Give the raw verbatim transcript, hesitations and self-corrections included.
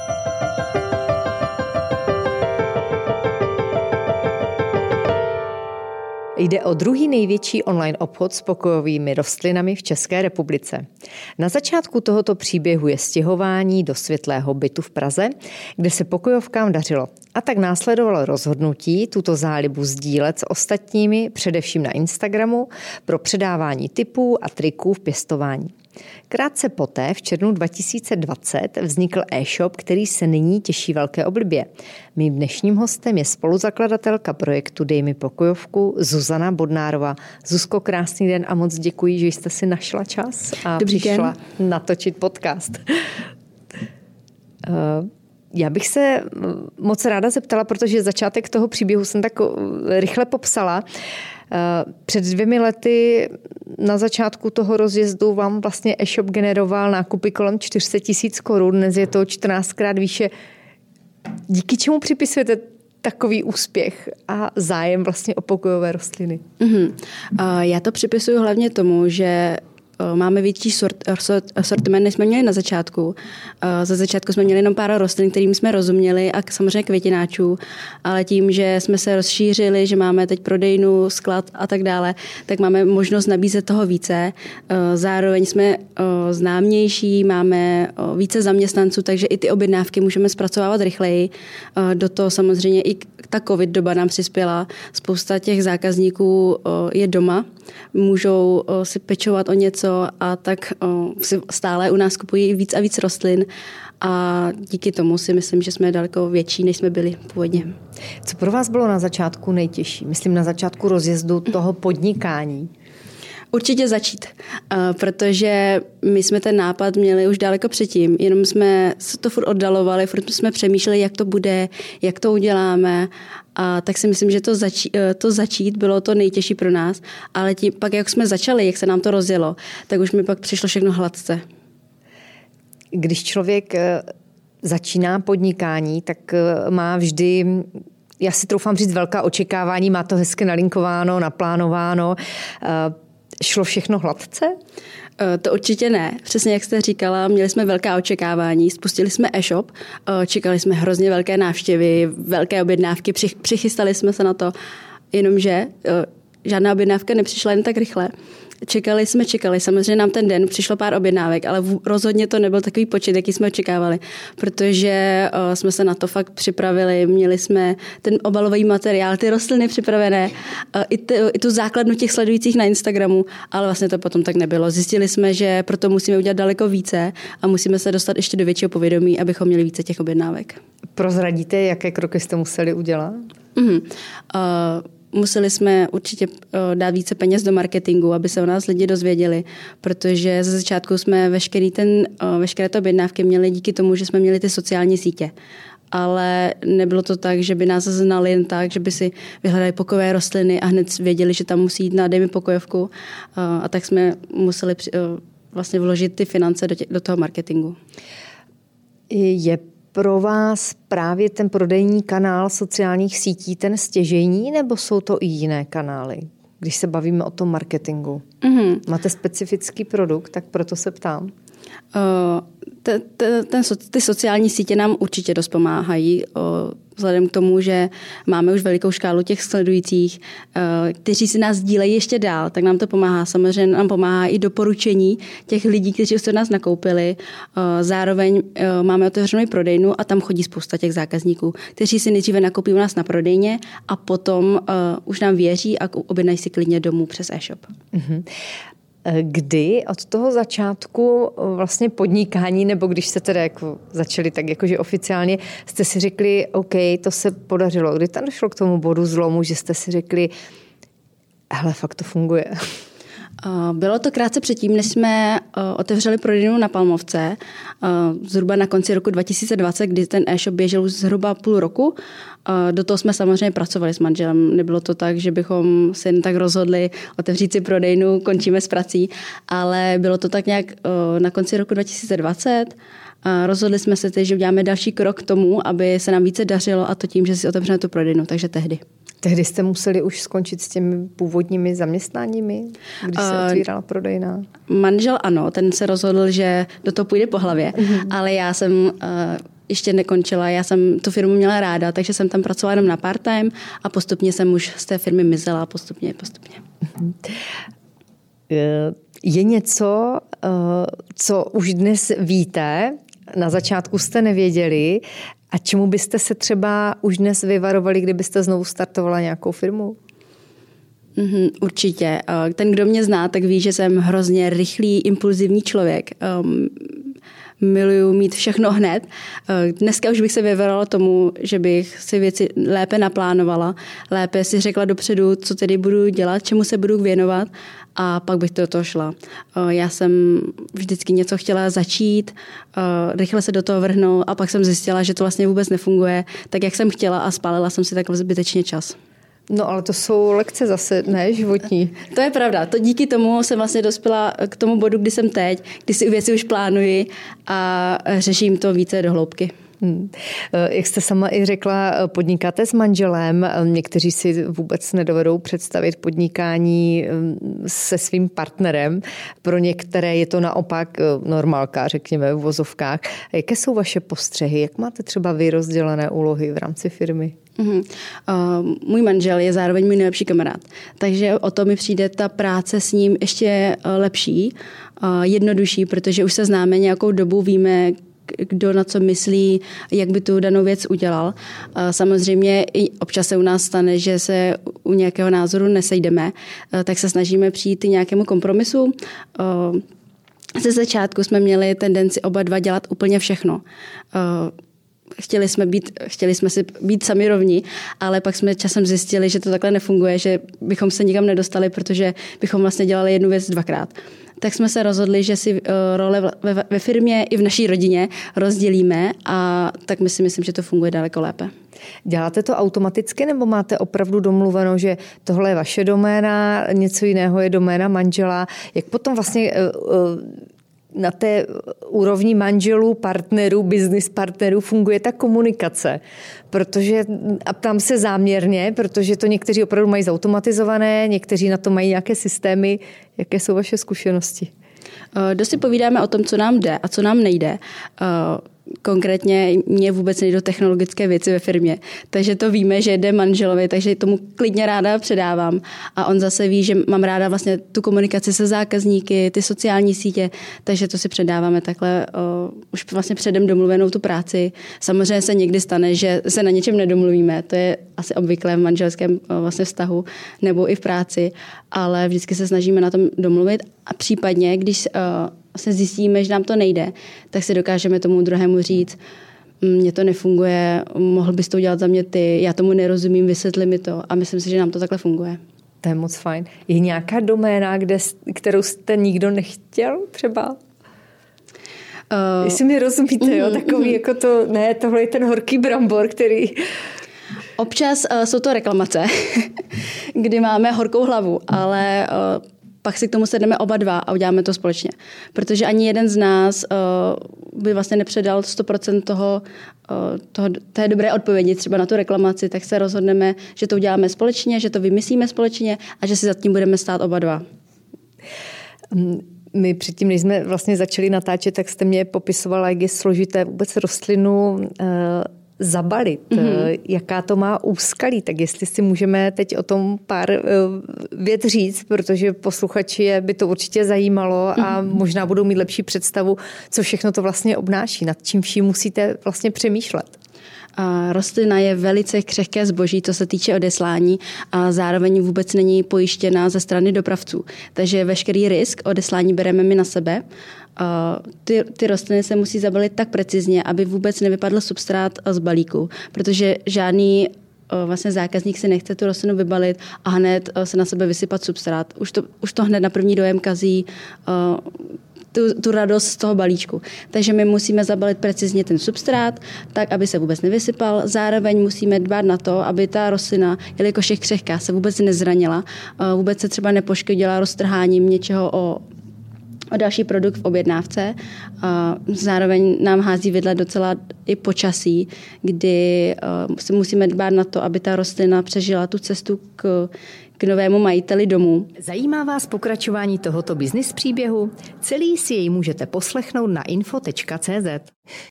Jde o druhý největší online obchod s pokojovými rostlinami v České republice. Na začátku tohoto příběhu je stěhování do světlého bytu v Praze, kde se pokojovkám dařilo. A tak následovalo rozhodnutí tuto zálibu sdílet s ostatními, především na Instagramu, pro předávání tipů a triků v pěstování. Krátce poté, v červnu dva tisíce dvacet, vznikl e-shop, který se nyní těší velké oblibě. Mým dnešním hostem je spoluzakladatelka projektu Dej mi pokojovku Zuzana Bodnárová. Zuzko, krásný den a moc děkuji, že jste si našla čas a Dobrý přišla den. natočit podcast. Já bych se moc ráda zeptala, protože začátek toho příběhu jsem tak rychle popsala. Před dvěmi lety na začátku toho rozjezdu vám vlastně e-shop generoval nákupy kolem čtyři sta tisíc korun, dnes je to čtrnáctkrát výše. Díky čemu připisujete takový úspěch a zájem vlastně o pokojové rostliny? Mm-hmm. Já to připisuju hlavně tomu, že máme větší sort, sort, sortiment, než jsme měli na začátku. Za začátku jsme měli jenom pár rostlin, kterým jsme rozuměli a samozřejmě květináčů, ale tím, že jsme se rozšířili, že máme teď prodejnu, sklad a tak dále, tak máme možnost nabízet toho více. Zároveň jsme známější, máme více zaměstnanců, takže i ty objednávky můžeme zpracovávat rychleji. Do toho samozřejmě i ta covid doba nám přispěla. Spousta těch zákazníků je doma, můžou si pečovat o něco a tak si stále u nás kupují víc a víc rostlin a díky tomu si myslím, že jsme daleko větší, než jsme byli původně. Co pro vás bylo na začátku nejtěžší? Myslím na začátku rozjezdu toho podnikání. Určitě začít, protože my jsme ten nápad měli už daleko předtím, jenom jsme se to furt oddalovali, furt jsme přemýšleli, jak to bude, jak to uděláme a tak si myslím, že to, začí, to začít bylo to nejtěžší pro nás, ale tím, pak jak jsme začali, jak se nám to rozjelo, tak už mi pak přišlo všechno hladce. Když člověk začíná podnikání, tak má vždy, já si troufám říct, velká očekávání, má to hezky nalinkováno, naplánováno. Šlo všechno hladce? To určitě ne. Přesně jak jste říkala, měli jsme velká očekávání, spustili jsme e-shop, čekali jsme hrozně velké návštěvy, velké objednávky, přichystali jsme se na to, jenomže žádná objednávka nepřišla jen tak rychle. Čekali jsme, čekali. Samozřejmě nám ten den přišlo pár objednávek, ale rozhodně to nebyl takový počet, jaký jsme očekávali, protože uh, jsme se na to fakt připravili. Měli jsme ten obalový materiál, ty rostliny připravené, uh, i, ty, i tu základnu těch sledujících na Instagramu, ale vlastně to potom tak nebylo. Zjistili jsme, že proto musíme udělat daleko více a musíme se dostat ještě do většího povědomí, abychom měli více těch objednávek. Prozradíte, jaké kroky jste museli udělat? Mm-hmm. Uh, Museli jsme určitě dát více peněz do marketingu, aby se o nás lidi dozvěděli, protože ze začátku jsme veškerý ten, veškeré to objednávky měli díky tomu, že jsme měli ty sociální sítě. Ale nebylo to tak, že by nás znali jen tak, že by si vyhledali pokojové rostliny a hned věděli, že tam musí jít na Dej mi pokojovku. A tak jsme museli vlastně vložit ty finance do, tě, do toho marketingu. Je pro vás právě ten prodejní kanál sociálních sítí ten stěžejní, nebo jsou to i jiné kanály, když se bavíme o tom marketingu? Mm-hmm. Máte specifický produkt, tak proto se ptám. Uh, te, te, ten, ty sociální sítě nám určitě dost pomáhají, uh, vzhledem k tomu, že máme už velikou škálu těch sledujících, uh, kteří si nás sdílejí ještě dál, tak nám to pomáhá. Samozřejmě nám pomáhá i doporučení těch lidí, kteří už se od nás nakoupili. Uh, zároveň uh, máme otevřenou prodejnu a tam chodí spousta těch zákazníků, kteří si nejdříve nakoupí u nás na prodejně a potom uh, už nám věří a objednají si klidně domů přes e-shop. Mm-hmm. Kdy od toho začátku vlastně podnikání, nebo když jste teda jako začali tak jakože oficiálně, jste si řekli, OK, to se podařilo. Kdy tam došlo k tomu bodu zlomu, že jste si řekli, hele, fakt to funguje? Bylo to krátce předtím, než jsme otevřeli prodejnu na Palmovce, zhruba na konci roku dva tisíce dvacet, kdy ten e-shop běžel už zhruba půl roku. Do toho jsme samozřejmě pracovali s manželem. Nebylo to tak, že bychom se jen tak rozhodli otevřít si prodejnu, končíme s prací, ale bylo to tak nějak na konci roku dva tisíce dvacet. Rozhodli jsme se teď, že uděláme další krok k tomu, aby se nám více dařilo, a to tím, že si otevřeme tu prodejnu, takže tehdy. Tehdy jste museli už skončit s těmi původními zaměstnáními, když se otvírala prodejna? Manžel ano, ten se rozhodl, že do toho půjde po hlavě, mm-hmm. ale já jsem uh, ještě nekončila. Já jsem tu firmu měla ráda, takže jsem tam pracovala jenom na part-time a postupně jsem už z té firmy mizela, postupně, postupně. Je něco, co už dnes víte, na začátku jste nevěděli, a čemu byste se třeba už dnes vyvarovali, kdybyste znovu startovala nějakou firmu? Mm, určitě. Ten, kdo mě zná, tak ví, že jsem hrozně rychlý, impulzivní člověk. Um, miluju mít všechno hned. Dneska už bych se vyvarovala tomu, že bych si věci lépe naplánovala, lépe si řekla dopředu, co tedy budu dělat, čemu se budu věnovat a pak bych do toho šla. Já jsem vždycky něco chtěla začít, rychle se do toho vrhnout a pak jsem zjistila, že to vlastně vůbec nefunguje tak, jak jsem chtěla a spálila jsem si takhle zbytečně čas. No ale to jsou lekce zase, ne, životní. To je pravda. To díky tomu jsem vlastně dospěla k tomu bodu, kdy jsem teď, kdy si věci už plánuji a řeším to více do hloubky. Hmm. Jak jste sama i řekla, podnikáte s manželem. Někteří si vůbec nedovedou představit podnikání se svým partnerem. Pro některé je to naopak normálka, řekněme, v uvozovkách. Jaké jsou vaše postřehy? Jak máte třeba vy rozdělené úlohy v rámci firmy? Uhum. Uh, můj manžel je zároveň můj nejlepší kamarád, takže o to mi přijde ta práce s ním ještě lepší, uh, jednodušší, protože už se známe nějakou dobu, víme, kdo na co myslí, jak by tu danou věc udělal. Samozřejmě i občas se u nás stane, že se u nějakého názoru nesejdeme, tak se snažíme přijít nějakému kompromisu. Ze začátku jsme měli tendenci oba dva dělat úplně všechno. Chtěli jsme, být, chtěli jsme si být sami rovní, ale pak jsme časem zjistili, že to takhle nefunguje, že bychom se nikam nedostali, protože bychom vlastně dělali jednu věc dvakrát. Tak jsme se rozhodli, že si role ve, ve firmě i v naší rodině rozdělíme a tak my si myslím, že to funguje daleko lépe. Děláte to automaticky nebo máte opravdu domluveno, že tohle je vaše doména, něco jiného je doména manžela? Jak potom vlastně na té úrovni manželů, partnerů, business partnerů funguje ta komunikace? Protože, a ptám se záměrně, protože to někteří opravdu mají zautomatizované, někteří na to mají nějaké systémy. Jaké jsou vaše zkušenosti? Dost si povídáme o tom, co nám jde a co nám nejde. Konkrétně mě vůbec nejde do technologické věci ve firmě, takže to víme, že jde manželovi, takže tomu klidně ráda předávám. A on zase ví, že mám ráda vlastně tu komunikaci se zákazníky, ty sociální sítě, takže to si předáváme takhle o, už vlastně předem domluvenou tu práci. Samozřejmě se někdy stane, že se na něčem nedomluvíme, to je asi obvyklé v manželském o, vlastně vztahu nebo i v práci, ale vždycky se snažíme na tom domluvit a případně, když o, se zjistíme, že nám to nejde, tak si dokážeme tomu druhému říct, mně to nefunguje, mohl bys to udělat za mě ty, já tomu nerozumím, vysvětli mi to a myslím si, že nám to takhle funguje. To je moc fajn. Je nějaká doména, kde, kterou jste nikdo nechtěl třeba? Uh, Jestli mi rozumíte, uh, jo, takový uh, jako to, ne, tohle je ten horký brambor, který... Občas uh, jsou to reklamace, kdy máme horkou hlavu, ale... Uh, pak si k tomu sedneme oba dva a uděláme to společně. Protože ani jeden z nás uh, by vlastně nepředal sto procent toho, uh, toho, té dobré odpovědi třeba na tu reklamaci, tak se rozhodneme, že to uděláme společně, že to vymyslíme společně a že si za tím budeme stát oba dva. My předtím, než jsme vlastně začali natáčet, tak jste mě popisovala, jak je složité vůbec rostlinu uh, zabalit, mm-hmm. jaká to má úskalí. Tak jestli si můžeme teď o tom pár věc říct, protože posluchači by to určitě zajímalo a mm-hmm. možná budou mít lepší představu, co všechno to vlastně obnáší, nad čím vším musíte vlastně přemýšlet. A rostlina je velice křehké zboží, co se týče odeslání a zároveň vůbec není pojištěná ze strany dopravců. Takže veškerý risk odeslání bereme my na sebe. Ty, ty rostliny se musí zabalit tak precizně, aby vůbec nevypadl substrát z balíku, protože žádný vlastně zákazník si nechce tu rostlinu vybalit a hned se na sebe vysypat substrát. Už to, už to hned na první dojem kazí Tu, tu radost z toho balíčku. Takže my musíme zabalit precizně ten substrát, tak, aby se vůbec nevysypal. Zároveň musíme dbát na to, aby ta rostlina, jelikož je křehká, se vůbec nezranila, vůbec se třeba nepoškodila roztrháním něčeho o, o další produkt v objednávce. Zároveň nám hází vidle docela i počasí, kdy si musíme dbát na to, aby ta rostlina přežila tu cestu k k novému majiteli domu. Zajímá vás pokračování tohoto business příběhu? Celý si jej můžete poslechnout na info tečka cé zet.